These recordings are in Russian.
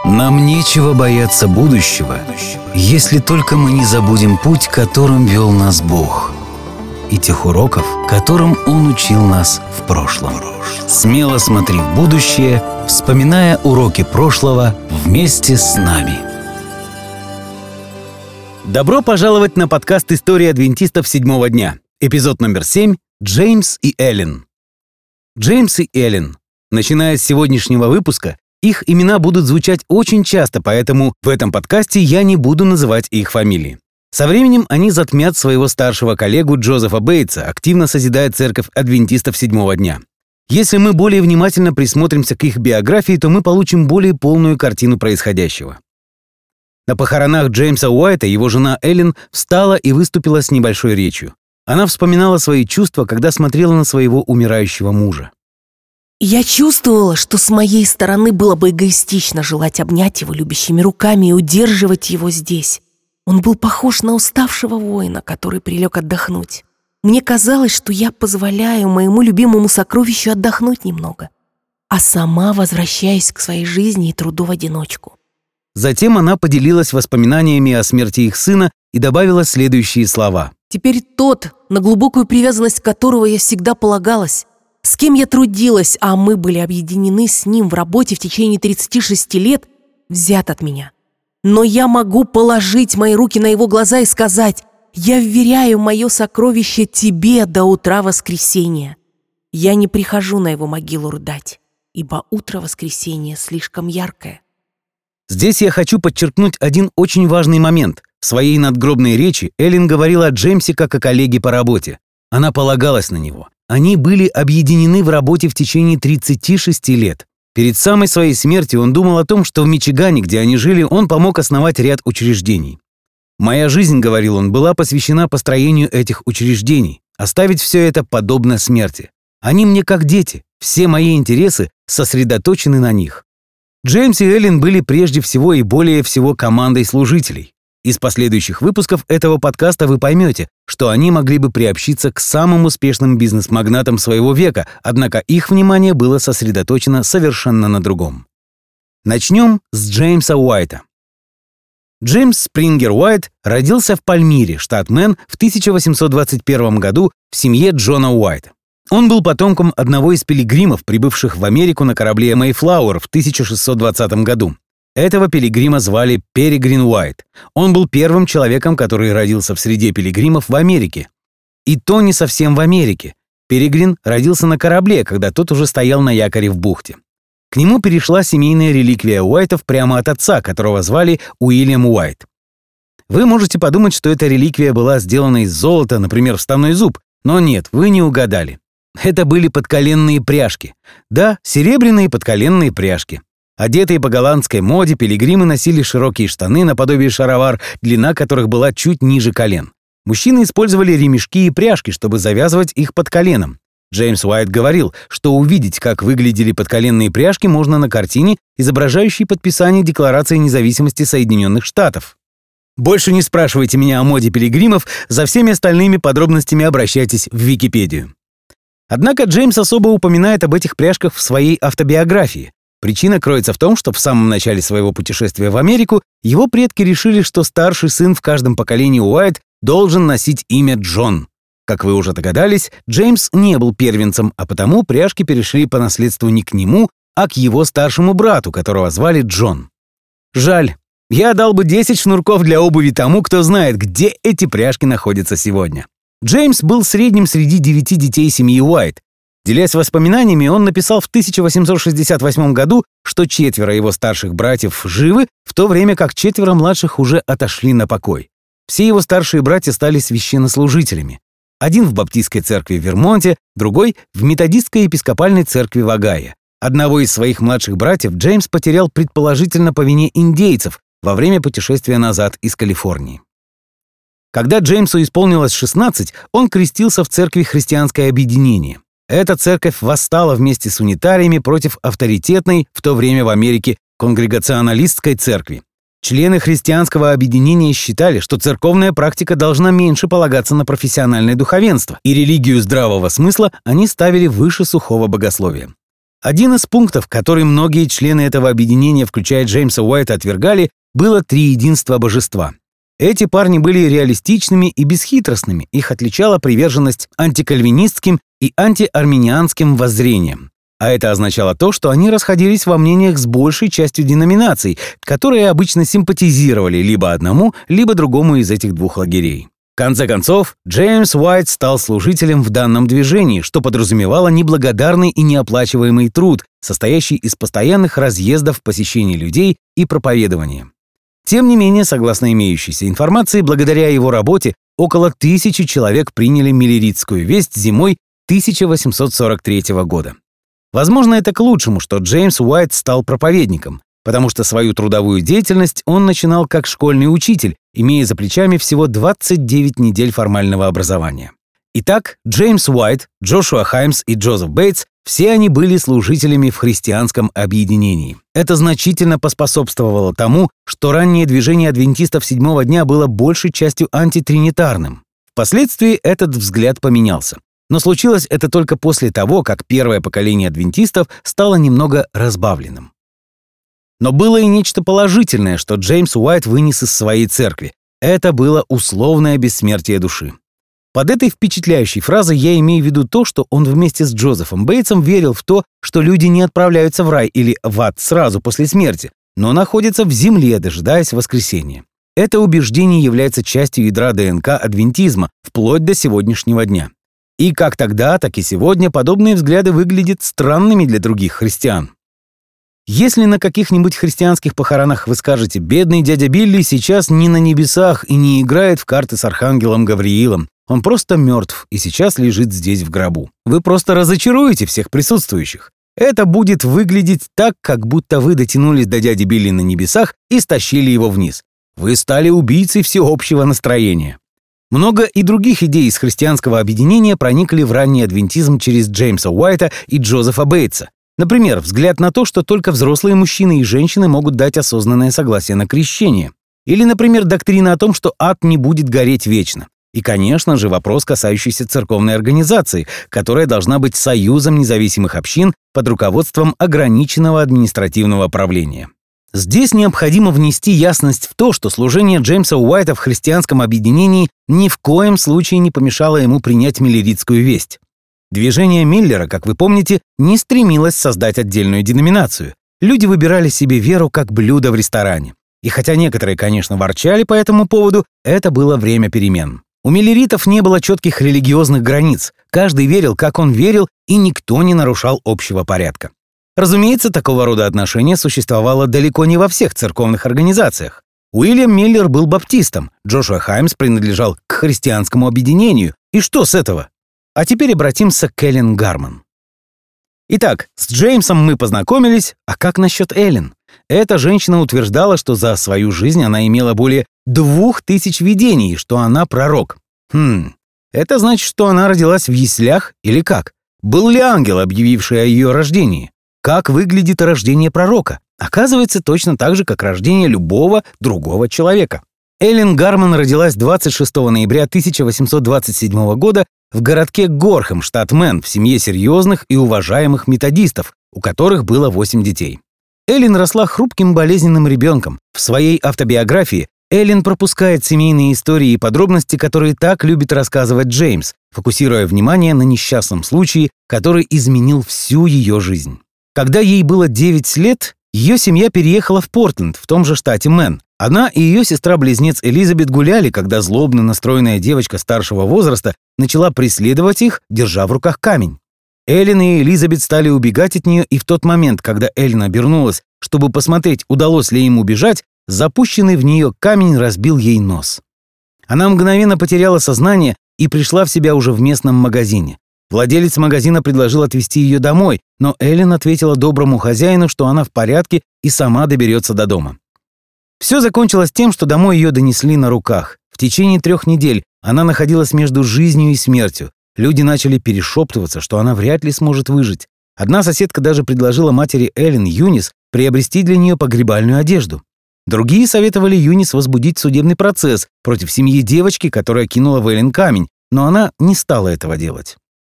Нам нечего бояться будущего, если только мы не забудем путь, которым вел нас Бог, и тех уроков, которым Он учил нас в прошлом. Смело смотри в будущее, вспоминая уроки прошлого вместе с нами. Добро пожаловать на подкаст «История адвентистов седьмого дня». Эпизод номер 7. Джеймс и Эллен. Джеймс и Эллен. Начиная с сегодняшнего выпуска, их имена будут звучать очень часто, поэтому в этом подкасте я не буду называть их фамилии. Со временем они затмят своего старшего коллегу Джозефа Бейтса, активно созидая церковь адвентистов седьмого дня. Если мы более внимательно присмотримся к их биографии, то мы получим более полную картину происходящего. На похоронах Джеймса Уайта его жена Эллен встала и выступила с небольшой речью. Она вспоминала свои чувства, когда смотрела на своего умирающего мужа. Я чувствовала, что с моей стороны было бы эгоистично желать обнять его любящими руками и удерживать его здесь. Он был похож на уставшего воина, который прилег отдохнуть. Мне казалось, что я позволяю моему любимому сокровищу отдохнуть немного, а сама возвращаюсь к своей жизни и труду в одиночку. Затем она поделилась воспоминаниями о смерти их сына и добавила следующие слова. Теперь тот, на глубокую привязанность которого я всегда полагалась, с кем я трудилась, а мы были объединены с ним в работе в течение 36 лет, взят от меня. Но я могу положить мои руки на его глаза и сказать: «Я вверяю мое сокровище тебе до утра воскресения». Я не прихожу на его могилу рыдать, ибо утро воскресения слишком яркое. Здесь я хочу подчеркнуть один очень важный момент. В своей надгробной речи Эллен говорила о Джеймсе как о коллеге по работе. Она полагалась на него. Они были объединены в работе в течение 36 лет. Перед самой своей смертью он думал о том, что в Мичигане, где они жили, он помог основать ряд учреждений. «Моя жизнь, — говорил он, — была посвящена построению этих учреждений. Оставить все это подобно смерти. Они мне как дети, все мои интересы сосредоточены на них». Джеймс и Эллен были прежде всего и более всего командой служителей. Из последующих выпусков этого подкаста вы поймете, что они могли бы приобщиться к самым успешным бизнес-магнатам своего века, однако их внимание было сосредоточено совершенно на другом. Начнем с Джеймса Уайта. Джеймс Спрингер Уайт родился в Пальмире, штат Мэн, в 1821 году в семье Джона Уайта. Он был потомком одного из пилигримов, прибывших в Америку на корабле Мэйфлауэр в 1620 году. Этого пилигрима звали Перегрин Уайт. Он был первым человеком, который родился в среде пилигримов в Америке. И то не совсем в Америке. Перегрин родился на корабле, когда тот уже стоял на якоре в бухте. К нему перешла семейная реликвия Уайтов прямо от отца, которого звали Уильям Уайт. Вы можете подумать, что эта реликвия была сделана из золота, например, вставной зуб, но нет, вы не угадали. Это были подколенные пряжки. Да, серебряные подколенные пряжки. Одетые по голландской моде, пилигримы носили широкие штаны наподобие шаровар, длина которых была чуть ниже колен. Мужчины использовали ремешки и пряжки, чтобы завязывать их под коленом. Джеймс Уайт говорил, что увидеть, как выглядели подколенные пряжки, можно на картине, изображающей подписание Декларации независимости Соединенных Штатов. Больше не спрашивайте меня о моде пилигримов, за всеми остальными подробностями обращайтесь в Википедию. Однако Джеймс особо упоминает об этих пряжках в своей автобиографии. Причина кроется в том, что в самом начале своего путешествия в Америку его предки решили, что старший сын в каждом поколении Уайт должен носить имя Джон. Как вы уже догадались, Джеймс не был первенцем, а потому пряжки перешли по наследству не к нему, а к его старшему брату, которого звали Джон. Жаль, я дал бы 10 шнурков для обуви тому, кто знает, где эти пряжки находятся сегодня. Джеймс был средним среди 9 детей семьи Уайт. Делясь воспоминаниями, он написал в 1868 году, что 4 его старших братьев живы, в то время как 4 младших уже отошли на покой. Все его старшие братья стали священнослужителями. Один в баптистской церкви в Вермонте, другой в методистской епископальной церкви в Огайо. Одного из своих младших братьев Джеймс потерял предположительно по вине индейцев во время путешествия назад из Калифорнии. Когда Джеймсу исполнилось 16, он крестился в церкви «Христианское объединение». Эта церковь восстала вместе с унитариями против авторитетной в то время в Америке конгрегационалистской церкви. Члены христианского объединения считали, что церковная практика должна меньше полагаться на профессиональное духовенство, и религию здравого смысла они ставили выше сухого богословия. Один из пунктов, который многие члены этого объединения, включая Джеймса Уайта, отвергали, было триединство божества. Эти парни были реалистичными и бесхитростными, их отличала приверженность антикальвинистским и антиарминианским воззрениям. А это означало то, что они расходились во мнениях с большей частью деноминаций, которые обычно симпатизировали либо одному, либо другому из этих двух лагерей. В конце концов, Джеймс Уайт стал служителем в данном движении, что подразумевало неблагодарный и неоплачиваемый труд, состоящий из постоянных разъездов, посещений людей и проповедования. Тем не менее, согласно имеющейся информации, благодаря его работе около 1000 человек приняли миллеритскую весть зимой 1843 года. Возможно, это к лучшему, что Джеймс Уайт стал проповедником, потому что свою трудовую деятельность он начинал как школьный учитель, имея за плечами всего 29 недель формального образования. Итак, Джеймс Уайт, Джошуа Хаймс и Джозеф Бейтс – все они были служителями в христианском объединении. Это значительно поспособствовало тому, что раннее движение адвентистов седьмого дня было большей частью антитринитарным. Впоследствии этот взгляд поменялся. Но случилось это только после того, как первое поколение адвентистов стало немного разбавленным. Но было и нечто положительное, что Джеймс Уайт вынес из своей церкви. Это было условное бессмертие души. Под этой впечатляющей фразой я имею в виду то, что он вместе с Джозефом Бейтсом верил в то, что люди не отправляются в рай или в ад сразу после смерти, но находятся в земле, дожидаясь воскресения. Это убеждение является частью ядра ДНК адвентизма вплоть до сегодняшнего дня. И как тогда, так и сегодня подобные взгляды выглядят странными для других христиан. Если на каких-нибудь христианских похоронах вы скажете «бедный дядя Билли сейчас не на небесах и не играет в карты с архангелом Гавриилом, он просто мертв и сейчас лежит здесь в гробу», вы просто разочаруете всех присутствующих. Это будет выглядеть так, как будто вы дотянулись до дяди Билли на небесах и стащили его вниз. Вы стали убийцей всеобщего настроения. Много и других идей из христианского объединения проникли в ранний адвентизм через Джеймса Уайта и Джозефа Бейтса. Например, взгляд на то, что только взрослые мужчины и женщины могут дать осознанное согласие на крещение. Или, например, доктрина о том, что ад не будет гореть вечно. И, конечно же, вопрос, касающийся церковной организации, которая должна быть союзом независимых общин под руководством ограниченного административного правления. Здесь необходимо внести ясность в то, что служение Джеймса Уайта в христианском объединении ни в коем случае не помешало ему принять миллеритскую весть. Движение Миллера, как вы помните, не стремилось создать отдельную деноминацию. Люди выбирали себе веру как блюдо в ресторане. И хотя некоторые, конечно, ворчали по этому поводу, это было время перемен. У миллеритов не было четких религиозных границ. Каждый верил, как он верил, и никто не нарушал общего порядка. Разумеется, такого рода отношения существовало далеко не во всех церковных организациях. Уильям Миллер был баптистом, Джошуа Хаймс принадлежал к христианскому объединению. И что с этого? А теперь обратимся к Эллен Гарман. Итак, с Джеймсом мы познакомились, а как насчет Эллен? Эта женщина утверждала, что за свою жизнь она имела более 2000 видений, что она пророк. Это значит, что она родилась в яслях или как? Был ли ангел, объявивший о ее рождении? Как выглядит рождение пророка? Оказывается, точно так же, как рождение любого другого человека. Эллен Гарман родилась 26 ноября 1827 года в городке Горхэм, штат Мэн, в семье серьезных и уважаемых методистов, у которых было 8 детей. Эллен росла хрупким болезненным ребенком. В своей автобиографии Эллен пропускает семейные истории и подробности, которые так любит рассказывать Джеймс, фокусируя внимание на несчастном случае, который изменил всю ее жизнь. Когда ей было 9 лет, ее семья переехала в Портленд, в том же штате Мэн. Она и ее сестра-близнец Элизабет гуляли, когда злобно настроенная девочка старшего возраста начала преследовать их, держа в руках камень. Эллен и Элизабет стали убегать от нее, и в тот момент, когда Эллен обернулась, чтобы посмотреть, удалось ли им убежать, запущенный в нее камень разбил ей нос. Она мгновенно потеряла сознание и пришла в себя уже в местном магазине. Владелец магазина предложил отвезти ее домой, но Эллен ответила доброму хозяину, что она в порядке и сама доберется до дома. Все закончилось тем, что домой ее донесли на руках. В течение 3 недель она находилась между жизнью и смертью. Люди начали перешептываться, что она вряд ли сможет выжить. Одна соседка даже предложила матери Эллен, Юнис, приобрести для нее погребальную одежду. Другие советовали Юнис возбудить судебный процесс против семьи девочки, которая кинула в Эллен камень, но она не стала этого делать.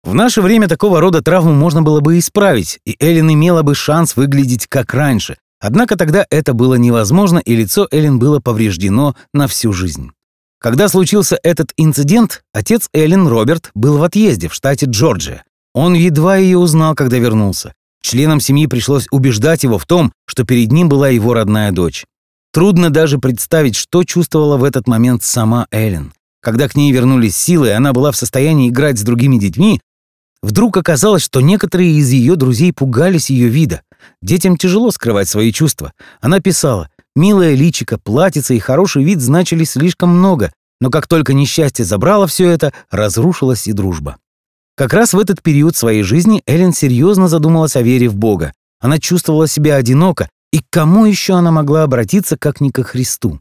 В наше время такого рода травму можно было бы исправить, и Эллен имела бы шанс выглядеть как раньше. Однако тогда это было невозможно, и лицо Эллен было повреждено на всю жизнь. Когда случился этот инцидент, отец Эллен, Роберт, был в отъезде в штате Джорджия. Он едва ее узнал, когда вернулся. Членам семьи пришлось убеждать его в том, что перед ним была его родная дочь. Трудно даже представить, что чувствовала в этот момент сама Эллен. Когда к ней вернулись силы, и она была в состоянии играть с другими детьми, вдруг оказалось, что некоторые из ее друзей пугались ее вида. Детям тяжело скрывать свои чувства. Она писала: «Милая личико, платьице и хороший вид значили слишком много, но как только несчастье забрало все это, разрушилась и дружба». Как раз в этот период своей жизни Эллен серьезно задумалась о вере в Бога. Она чувствовала себя одиноко, и к кому еще она могла обратиться, как не ко Христу?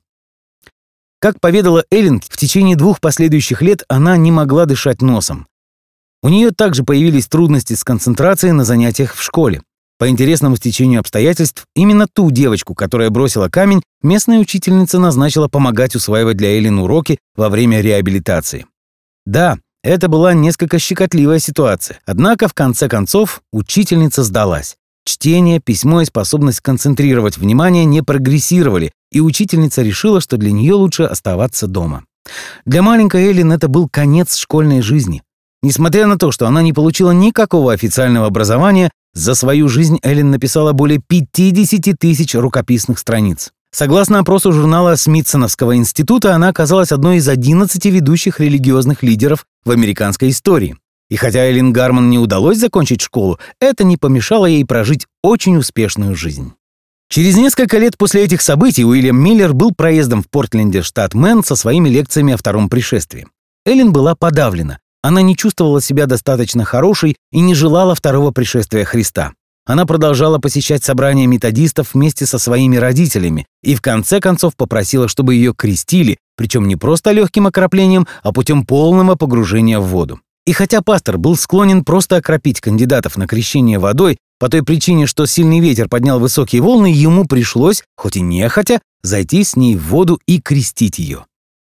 Как поведала Эллен, в течение 2 последующих лет она не могла дышать носом. У нее также появились трудности с концентрацией на занятиях в школе. По интересному стечению обстоятельств, именно ту девочку, которая бросила камень, местная учительница назначила помогать усваивать для Эллен уроки во время реабилитации. Да, это была несколько щекотливая ситуация, однако в конце концов учительница сдалась. Чтение, письмо и способность концентрировать внимание не прогрессировали, и учительница решила, что для нее лучше оставаться дома. Для маленькой Эллен это был конец школьной жизни. Несмотря на то, что она не получила никакого официального образования, за свою жизнь Эллен написала более 50 тысяч рукописных страниц. Согласно опросу журнала Смитсоновского института, она оказалась одной из 11 ведущих религиозных лидеров в американской истории. И хотя Эллен Гарман не удалось закончить школу, это не помешало ей прожить очень успешную жизнь. Через несколько лет после этих событий Уильям Миллер был проездом в Портленде, штат Мэн, со своими лекциями о втором пришествии. Эллен была подавлена. Она не чувствовала себя достаточно хорошей и не желала второго пришествия Христа. Она продолжала посещать собрания методистов вместе со своими родителями и в конце концов попросила, чтобы ее крестили, причем не просто легким окроплением, а путем полного погружения в воду. И хотя пастор был склонен просто окропить кандидатов на крещение водой, по той причине, что сильный ветер поднял высокие волны, ему пришлось, хоть и нехотя, зайти с ней в воду и крестить ее.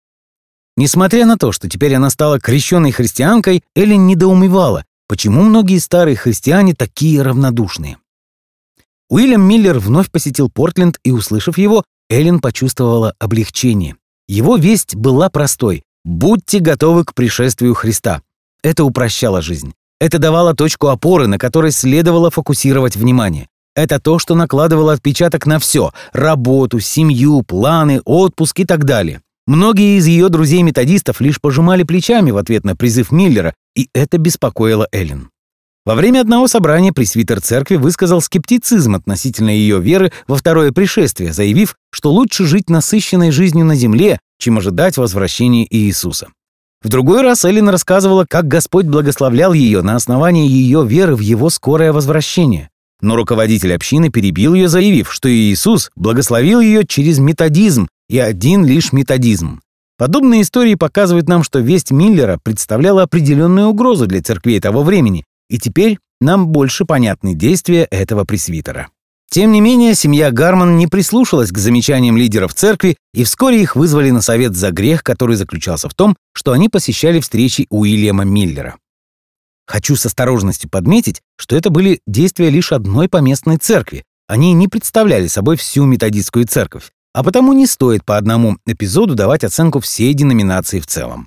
Несмотря на то, что теперь она стала крещенной христианкой, Эллен недоумевала, почему многие старые христиане такие равнодушные. Уильям Миллер вновь посетил Портленд, и, услышав его, Эллен почувствовала облегчение. Его весть была простой: «Будьте готовы к пришествию Христа». Это упрощало жизнь. Это давало точку опоры, на которой следовало фокусировать внимание. Это то, что накладывало отпечаток на все – работу, семью, планы, отпуск и так далее. Многие из ее друзей-методистов лишь пожимали плечами в ответ на призыв Миллера, и это беспокоило Эллен. Во время одного собрания пресвитер церкви высказал скептицизм относительно ее веры во второе пришествие, заявив, что лучше жить насыщенной жизнью на земле, чем ожидать возвращения Иисуса. В другой раз Эллен рассказывала, как Господь благословлял ее на основании ее веры в его скорое возвращение. Но руководитель общины перебил ее, заявив, что Иисус благословил ее через методизм, и один лишь методизм. Подобные истории показывают нам, что весть Миллера представляла определенную угрозу для церквей того времени, и теперь нам больше понятны действия этого пресвитера. Тем не менее, семья Гарман не прислушалась к замечаниям лидеров церкви, и вскоре их вызвали на совет за грех, который заключался в том, что они посещали встречи Уильяма Миллера. Хочу с осторожностью подметить, что это были действия лишь одной поместной церкви. Они не представляли собой всю методистскую церковь, а потому не стоит по одному эпизоду давать оценку всей деноминации в целом.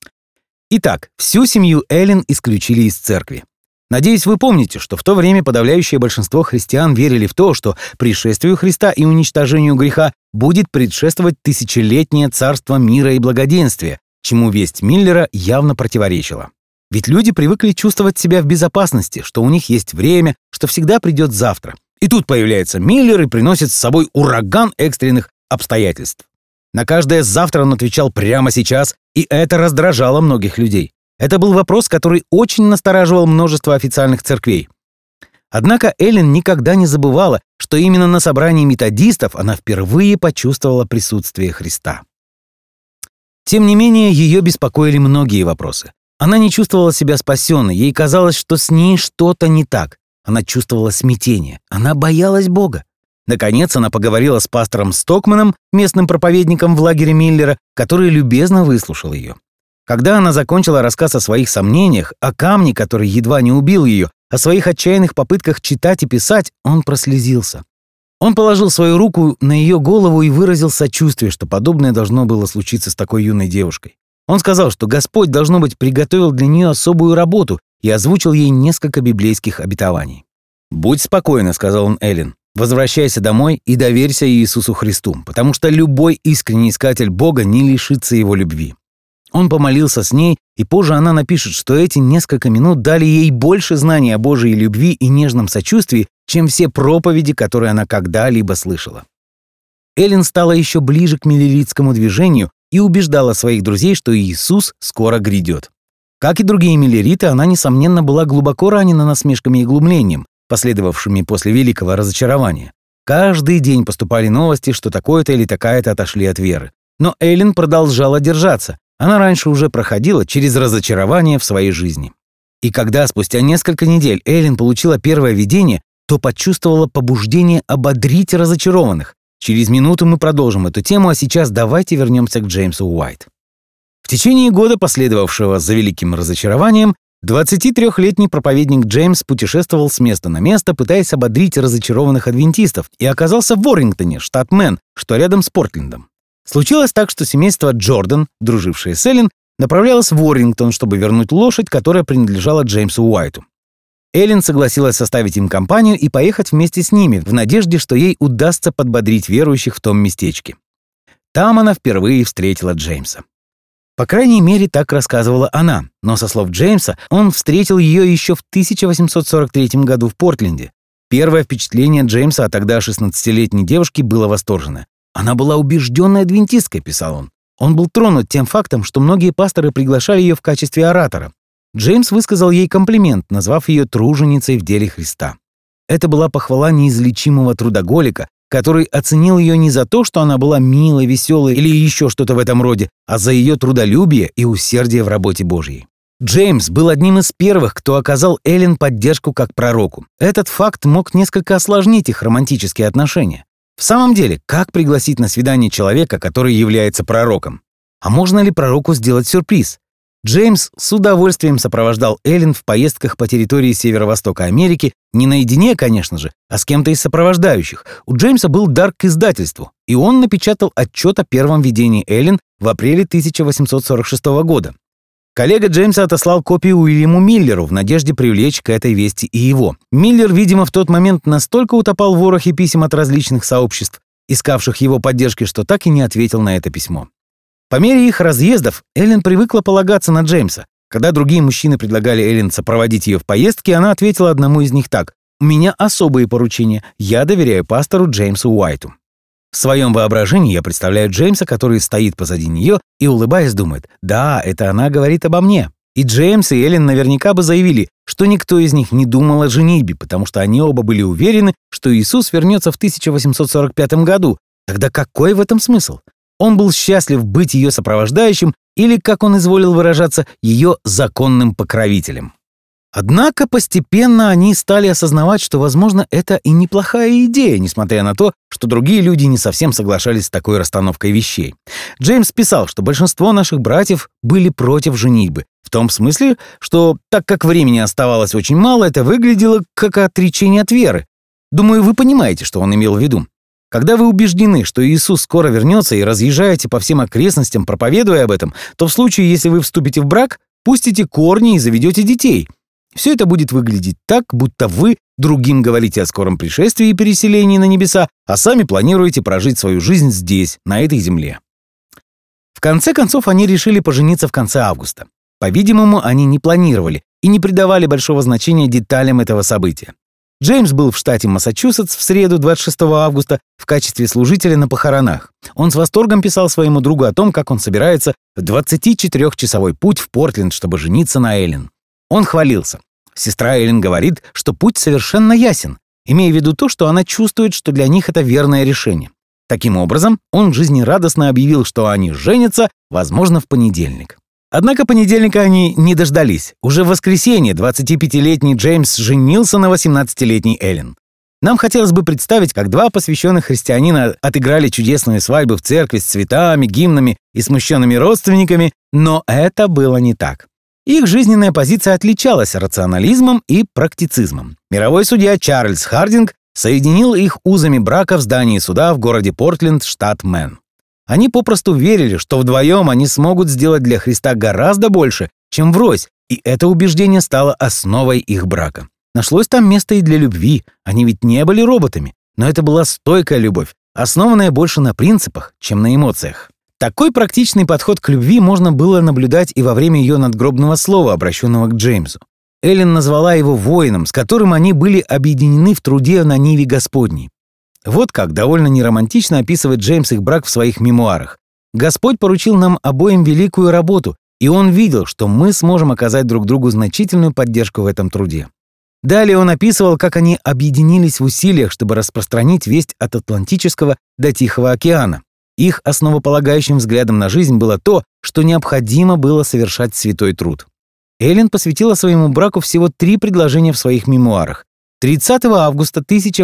Итак, всю семью Эллен исключили из церкви. Надеюсь, вы помните, что в то время подавляющее большинство христиан верили в то, что пришествию Христа и уничтожению греха будет предшествовать тысячелетнее царство мира и благоденствия, чему весть Миллера явно противоречила. Ведь люди привыкли чувствовать себя в безопасности, что у них есть время, что всегда придет завтра. И тут появляется Миллер и приносит с собой ураган экстренных обстоятельств. На каждое завтра он отвечал прямо сейчас, и это раздражало многих людей. Это был вопрос, который очень настораживал множество официальных церквей. Однако Эллен никогда не забывала, что именно на собрании методистов она впервые почувствовала присутствие Христа. Тем не менее, ее беспокоили многие вопросы. Она не чувствовала себя спасенной, ей казалось, что с ней что-то не так. Она чувствовала смятение, она боялась Бога. Наконец, она поговорила с пастором Стокманом, местным проповедником в лагере Миллера, который любезно выслушал ее. Когда она закончила рассказ о своих сомнениях, о камне, который едва не убил ее, о своих отчаянных попытках читать и писать, он прослезился. Он положил свою руку на ее голову и выразил сочувствие, что подобное должно было случиться с такой юной девушкой. Он сказал, что Господь, должно быть, приготовил для нее особую работу и озвучил ей несколько библейских обетований. «Будь спокойна», — сказал он Эллен. «Возвращайся домой и доверься Иисусу Христу, потому что любой искренний искатель Бога не лишится его любви». Он помолился с ней, и позже она напишет, что эти несколько минут дали ей больше знаний о Божьей любви и нежном сочувствии, чем все проповеди, которые она когда-либо слышала. Эллен стала еще ближе к миллеритскому движению и убеждала своих друзей, что Иисус скоро грядет. Как и другие миллериты, она, несомненно, была глубоко ранена насмешками и глумлением, последовавшими после великого разочарования. Каждый день поступали новости, что такое-то или такая-то отошли от веры. Но Эллен продолжала держаться. Она раньше уже проходила через разочарование в своей жизни. И когда спустя несколько недель Эллен получила первое видение, то почувствовала побуждение ободрить разочарованных. Через минуту мы продолжим эту тему, а сейчас давайте вернемся к Джеймсу Уайт. В течение года, последовавшего за великим разочарованием, 23-летний проповедник Джеймс путешествовал с места на место, пытаясь ободрить разочарованных адвентистов, и оказался в Уоррингтоне, штат Мэн, что рядом с Портлендом. Случилось так, что семейство Джордан, дружившее с Эллен, направлялось в Уоррингтон, чтобы вернуть лошадь, которая принадлежала Джеймсу Уайту. Эллен согласилась составить им компанию и поехать вместе с ними, в надежде, что ей удастся подбодрить верующих в том местечке. Там она впервые встретила Джеймса. По крайней мере, так рассказывала она, но со слов Джеймса, он встретил ее еще в 1843 году в Портленде. Первое впечатление Джеймса о тогда 16-летней девушке было восторженное. «Она была убежденной адвентисткой», — писал он. Он был тронут тем фактом, что многие пасторы приглашали ее в качестве оратора. Джеймс высказал ей комплимент, назвав ее труженицей в деле Христа. Это была похвала неизлечимого трудоголика, который оценил ее не за то, что она была милой, веселой или еще что-то в этом роде, а за ее трудолюбие и усердие в работе Божьей. Джеймс был одним из первых, кто оказал Эллен поддержку как пророку. Этот факт мог несколько осложнить их романтические отношения. В самом деле, как пригласить на свидание человека, который является пророком? А можно ли пророку сделать сюрприз? Джеймс с удовольствием сопровождал Эллен в поездках по территории Северо-Востока Америки, не наедине, конечно же, а с кем-то из сопровождающих. У Джеймса был дар к издательству, и он напечатал отчет о первом видении Эллен в апреле 1846 года. Коллега Джеймса отослал копию Уильяму Миллеру в надежде привлечь к этой вести и его. Миллер, видимо, в тот момент настолько утопал в ворохе писем от различных сообществ, искавших его поддержки, что так и не ответил на это письмо. По мере их разъездов Эллен привыкла полагаться на Джеймса. Когда другие мужчины предлагали Эллен сопроводить ее в поездке, она ответила одному из них так: «У меня особые поручения, я доверяю пастору Джеймсу Уайту». В своем воображении я представляю Джеймса, который стоит позади нее и, улыбаясь, думает: «Да, это она говорит обо мне». И Джеймс и Эллен наверняка бы заявили, что никто из них не думал о женитьбе, потому что они оба были уверены, что Иисус вернется в 1845 году. Тогда какой в этом смысл? Он был счастлив быть ее сопровождающим или, как он изволил выражаться, ее законным покровителем. Однако постепенно они стали осознавать, что, возможно, это и неплохая идея, несмотря на то, что другие люди не совсем соглашались с такой расстановкой вещей. Джеймс писал, что большинство наших братьев были против женитьбы, в том смысле, что, так как времени оставалось очень мало, это выглядело как отречение от веры. Думаю, вы понимаете, что он имел в виду. Когда вы убеждены, что Иисус скоро вернется и разъезжаете по всем окрестностям, проповедуя об этом, то в случае, если вы вступите в брак, пустите корни и заведете детей. Все это будет выглядеть так, будто вы другим говорите о скором пришествии и переселении на небеса, а сами планируете прожить свою жизнь здесь, на этой земле. В конце концов, они решили пожениться в конце августа. По-видимому, они не планировали и не придавали большого значения деталям этого события. Джеймс был в штате Массачусетс в среду, 26 августа, в качестве служителя на похоронах. Он с восторгом писал своему другу о том, как он собирается в 24-часовой путь в Портленд, чтобы жениться на Эллен. Он хвалился. Сестра Эллен говорит, что путь совершенно ясен, имея в виду то, что она чувствует, что для них это верное решение. Таким образом, он жизнерадостно объявил, что они женятся, возможно, в понедельник. Однако понедельника они не дождались. Уже в воскресенье 25-летний Джеймс женился на 18-летней Эллен. Нам хотелось бы представить, как два посвященных христианина отыграли чудесную свадьбу в церкви с цветами, гимнами и смущенными родственниками, но это было не так. Их жизненная позиция отличалась рационализмом и практицизмом. Мировой судья Чарльз Хардинг соединил их узами брака в здании суда в городе Портленд, штат Мэн. Они попросту верили, что вдвоем они смогут сделать для Христа гораздо больше, чем врозь, и это убеждение стало основой их брака. Нашлось там место и для любви, они ведь не были роботами, но это была стойкая любовь, основанная больше на принципах, чем на эмоциях. Такой практичный подход к любви можно было наблюдать и во время ее надгробного слова, обращенного к Джеймсу. Эллен назвала его воином, с которым они были объединены в труде на ниве Господней. Вот как довольно неромантично описывает Джеймс их брак в своих мемуарах. «Господь поручил нам обоим великую работу, и Он видел, что мы сможем оказать друг другу значительную поддержку в этом труде». Далее он описывал, как они объединились в усилиях, чтобы распространить весть от Атлантического до Тихого океана. Их основополагающим взглядом на жизнь было то, что необходимо было совершать святой труд. Эллен посвятила своему браку всего 3 предложения в своих мемуарах. 30 августа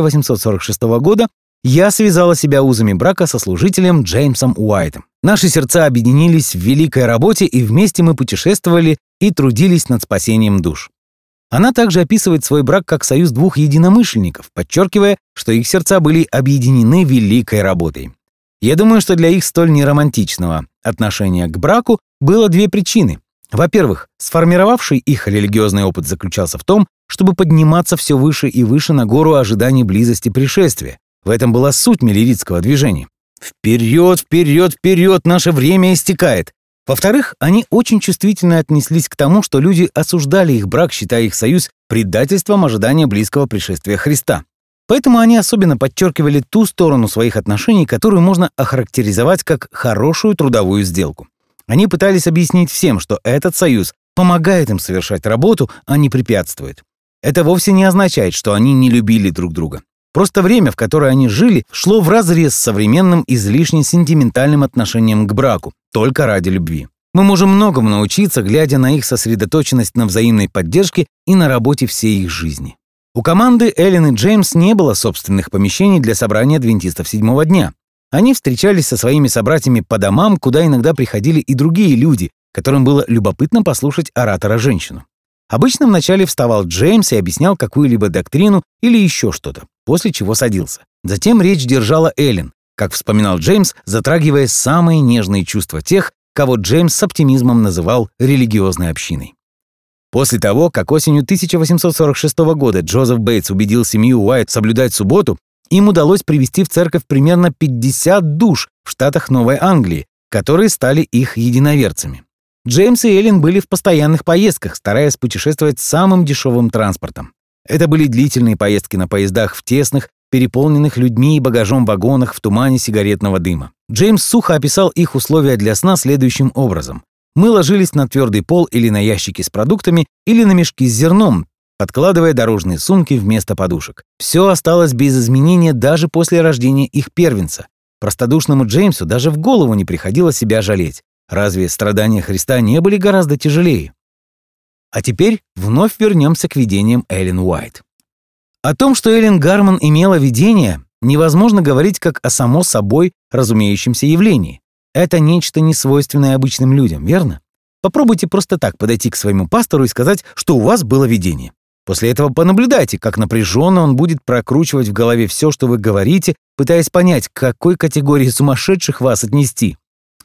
1846 года я связала себя узами брака со служителем Джеймсом Уайтом. Наши сердца объединились в великой работе, и вместе мы путешествовали и трудились над спасением душ. Она также описывает свой брак как союз двух единомышленников, подчеркивая, что их сердца были объединены великой работой. Я думаю, что для их столь неромантичного отношения к браку было 2 причины. Во-первых, сформировавший их религиозный опыт заключался в том, чтобы подниматься все выше и выше на гору ожиданий близости пришествия. В этом была суть миллеритского движения. Вперед, вперед, вперед, наше время истекает. Во-вторых, они очень чувствительно отнеслись к тому, что люди осуждали их брак, считая их союз предательством ожидания близкого пришествия Христа. Поэтому они особенно подчеркивали ту сторону своих отношений, которую можно охарактеризовать как хорошую трудовую сделку. Они пытались объяснить всем, что этот союз помогает им совершать работу, а не препятствует. Это вовсе не означает, что они не любили друг друга. Просто время, в которое они жили, шло вразрез с современным излишне сентиментальным отношением к браку, только ради любви. Мы можем многому научиться, глядя на их сосредоточенность на взаимной поддержке и на работе всей их жизни. У команды Эллен и Джеймс не было собственных помещений для собрания адвентистов 7-го дня. Они встречались со своими собратьями по домам, куда иногда приходили и другие люди, которым было любопытно послушать оратора-женщину. Обычно вначале вставал Джеймс и объяснял какую-либо доктрину или еще что-то, после чего садился. Затем речь держала Эллен, как вспоминал Джеймс, затрагивая самые нежные чувства тех, кого Джеймс с оптимизмом называл религиозной общиной. После того, как осенью 1846 года Джозеф Бейтс убедил семью Уайт соблюдать субботу, им удалось привести в церковь примерно 50 душ в штатах Новой Англии, которые стали их единоверцами. Джеймс и Эллен были в постоянных поездках, стараясь путешествовать самым дешевым транспортом. Это были длительные поездки на поездах в тесных, переполненных людьми и багажом вагонах в тумане сигаретного дыма. Джеймс сухо описал их условия для сна следующим образом. Мы ложились на твердый пол или на ящики с продуктами, или на мешки с зерном, подкладывая дорожные сумки вместо подушек. Все осталось без изменения даже после рождения их первенца. Простодушному Джеймсу даже в голову не приходило себя жалеть. Разве страдания Христа не были гораздо тяжелее? А теперь вновь вернемся к видениям Эллен Уайт. О том, что Эллен Гарман имела видение, невозможно говорить как о само собой разумеющемся явлении. Это нечто несвойственное обычным людям, верно? Попробуйте просто так подойти к своему пастору и сказать, что у вас было видение. После этого понаблюдайте, как напряженно он будет прокручивать в голове все, что вы говорите, пытаясь понять, к какой категории сумасшедших вас отнести.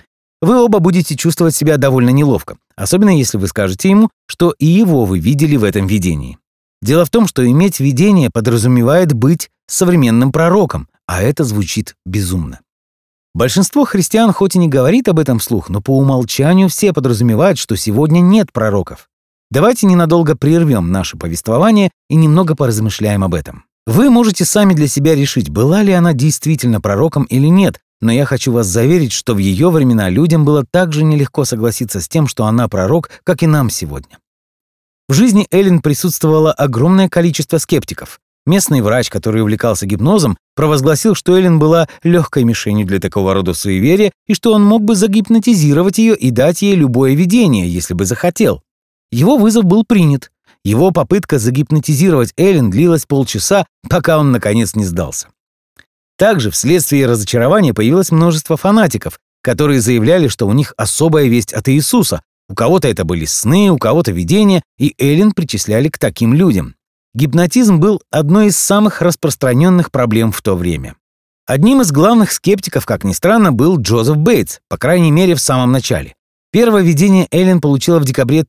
Вы оба будете чувствовать себя довольно неловко, особенно если вы скажете ему, что и его вы видели в этом видении. Дело в том, что иметь видение подразумевает быть современным пророком, а это звучит безумно. Большинство христиан хоть и не говорит об этом вслух, но по умолчанию все подразумевают, что сегодня нет пророков. Давайте ненадолго прервем наше повествование и немного поразмышляем об этом. Вы можете сами для себя решить, была ли она действительно пророком или нет, но я хочу вас заверить, что в ее времена людям было так же нелегко согласиться с тем, что она пророк, как и нам сегодня. В жизни Эллен присутствовало огромное количество скептиков. Местный врач, который увлекался гипнозом, провозгласил, что Эллен была легкой мишенью для такого рода суеверия и что он мог бы загипнотизировать ее и дать ей любое видение, если бы захотел. Его вызов был принят. Его попытка загипнотизировать Эллен длилась полчаса, пока он, наконец, не сдался. Также вследствие разочарования появилось множество фанатиков, которые заявляли, что у них особая весть от Иисуса. У кого-то это были сны, у кого-то видения, и Эллен причисляли к таким людям. Гипнотизм был одной из самых распространенных проблем в то время. Одним из главных скептиков, как ни странно, был Джозеф Бейтс, по крайней мере, в самом начале. Первое видение Эллен получила в декабре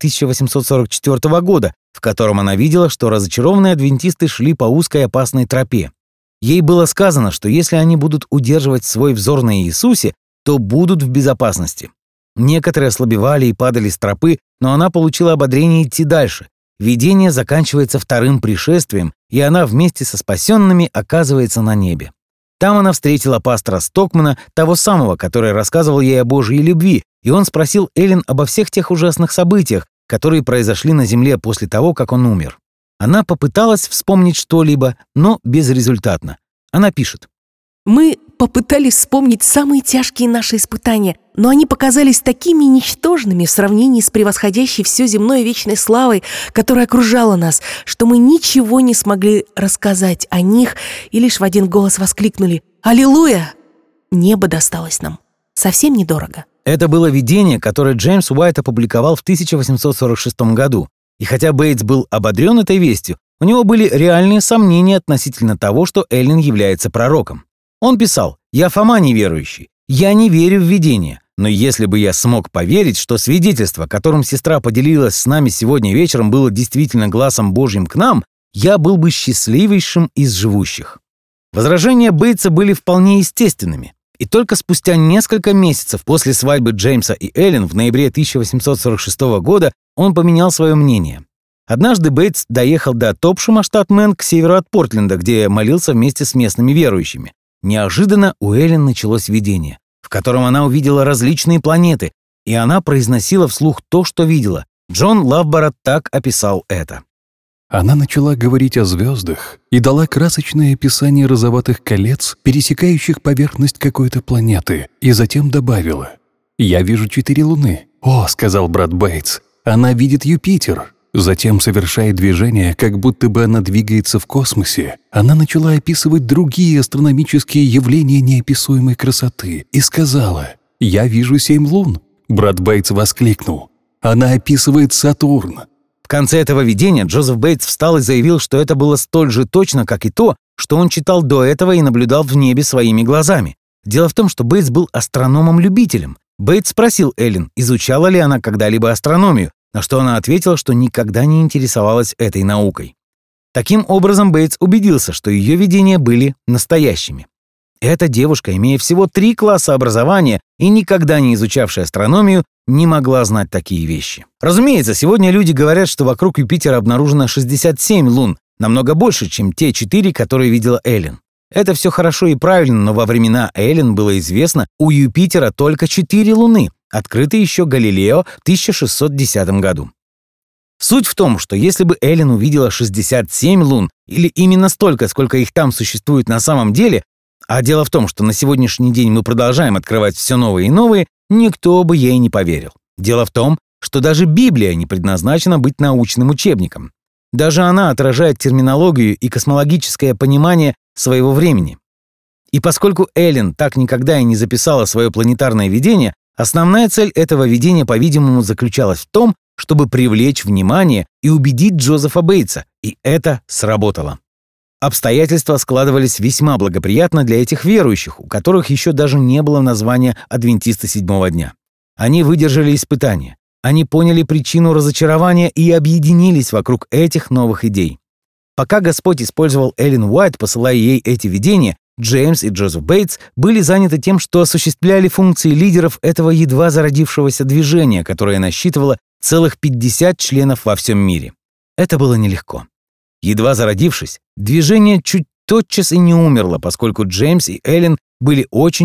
1844 года, в котором она видела, что разочарованные адвентисты шли по узкой опасной тропе. Ей было сказано, что если они будут удерживать свой взор на Иисусе, то будут в безопасности. Некоторые ослабевали и падали с тропы, но она получила ободрение идти дальше. Видение заканчивается вторым пришествием, и она вместе со спасенными оказывается на небе. Там она встретила пастора Стокмана, того самого, который рассказывал ей о Божьей любви, и он спросил Эллен обо всех тех ужасных событиях, которые произошли на земле после того, как он умер. Она попыталась вспомнить что-либо, но безрезультатно. Она пишет: «Мы попытались вспомнить самые тяжкие наши испытания, но они показались такими ничтожными в сравнении с превосходящей все земной вечной славой, которая окружала нас, что мы ничего не смогли рассказать о них и лишь в один голос воскликнули: «Аллилуйя!» Небо досталось нам совсем недорого». Это было видение, которое Джеймс Уайт опубликовал в 1846 году. И хотя Бейтс был ободрен этой вестью, у него были реальные сомнения относительно того, что Эллен является пророком. Он писал: «Я Фома неверующий, я не верю в видение, но если бы я смог поверить, что свидетельство, которым сестра поделилась с нами сегодня вечером, было действительно глазом Божьим к нам, я был бы счастливейшим из живущих». Возражения Бейтса были вполне естественными. И только спустя несколько месяцев после свадьбы Джеймса и Эллен в ноябре 1846 года он поменял свое мнение. Однажды Бейтс доехал до Топшема, штат Мэн, к северу от Портленда, где молился вместе с местными верующими. Неожиданно у Эллен началось видение, в котором она увидела различные планеты, и она произносила вслух то, что видела. Джон Лавбород так описал это. Она начала говорить о звездах и дала красочное описание розоватых колец, пересекающих поверхность какой-то планеты, и затем добавила: «Я вижу 4 луны». «О», — сказал брат Бейтс, — «она видит Юпитер». Затем, совершая движение, как будто бы она двигается в космосе, она начала описывать другие астрономические явления неописуемой красоты и сказала: «Я вижу 7 лун». Брат Бейтс воскликнул: «Она описывает Сатурн». В конце этого видения Джозеф Бейтс встал и заявил, что это было столь же точно, как и то, что он читал до этого и наблюдал в небе своими глазами. Дело в том, что Бейтс был астрономом-любителем. Бейтс спросил Эллен, изучала ли она когда-либо астрономию, на что она ответила, что никогда не интересовалась этой наукой. Таким образом, Бейтс убедился, что ее видения были настоящими. Эта девушка, имея всего 3 класса образования и никогда не изучавшая астрономию, не могла знать такие вещи. Разумеется, сегодня люди говорят, что вокруг Юпитера обнаружено 67 лун, намного больше, чем те 4, которые видела Эллен. Это все хорошо и правильно, но во времена Эллен было известно, у Юпитера только 4 луны, открытые еще Галилео в 1610 году. Суть в том, что если бы Эллен увидела 67 лун, или именно столько, сколько их там существует на самом деле, а дело в том, что на сегодняшний день мы продолжаем открывать все новые и новые, никто бы ей не поверил. Дело в том, что даже Библия не предназначена быть научным учебником. Даже она отражает терминологию и космологическое понимание своего времени. И поскольку Эллен так никогда и не записала свое планетарное видение, основная цель этого видения, по-видимому, заключалась в том, чтобы привлечь внимание и убедить Джозефа Бейтса, и это сработало. Обстоятельства складывались весьма благоприятно для этих верующих, у которых еще даже не было названия адвентисты седьмого дня. Они выдержали испытания, они поняли причину разочарования и объединились вокруг этих новых идей. Пока Господь использовал Эллен Уайт, посылая ей эти видения, Джеймс и Джозеф Бейтс были заняты тем, что осуществляли функции лидеров этого едва зародившегося движения, которое насчитывало целых 50 членов во всем мире. Это было нелегко. Едва зародившись, движение чуть тотчас и не умерло, поскольку Джеймс и Эллен были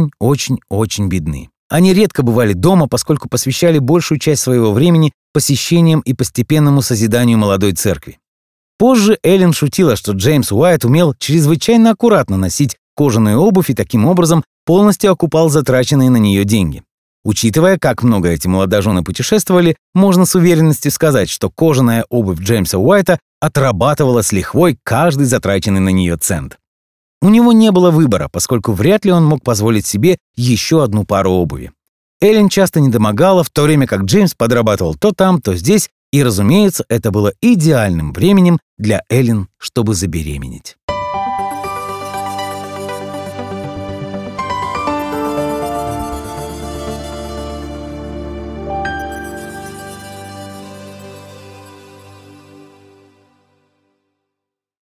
очень бедны. Они редко бывали дома, поскольку посвящали большую часть своего времени посещениям и постепенному созиданию молодой церкви. Позже Эллен шутила, что Джеймс Уайт умел чрезвычайно аккуратно носить кожаную обувь и таким образом полностью окупал затраченные на нее деньги. Учитывая, как много эти молодожены путешествовали, можно с уверенностью сказать, что кожаная обувь Джеймса Уайта отрабатывала с лихвой каждый затраченный на нее цент. У него не было выбора, поскольку вряд ли он мог позволить себе еще одну пару обуви. Эллен часто недомогала, в то время как Джеймс подрабатывал то там, то здесь, и, разумеется, это было идеальным временем для Эллен, чтобы забеременеть.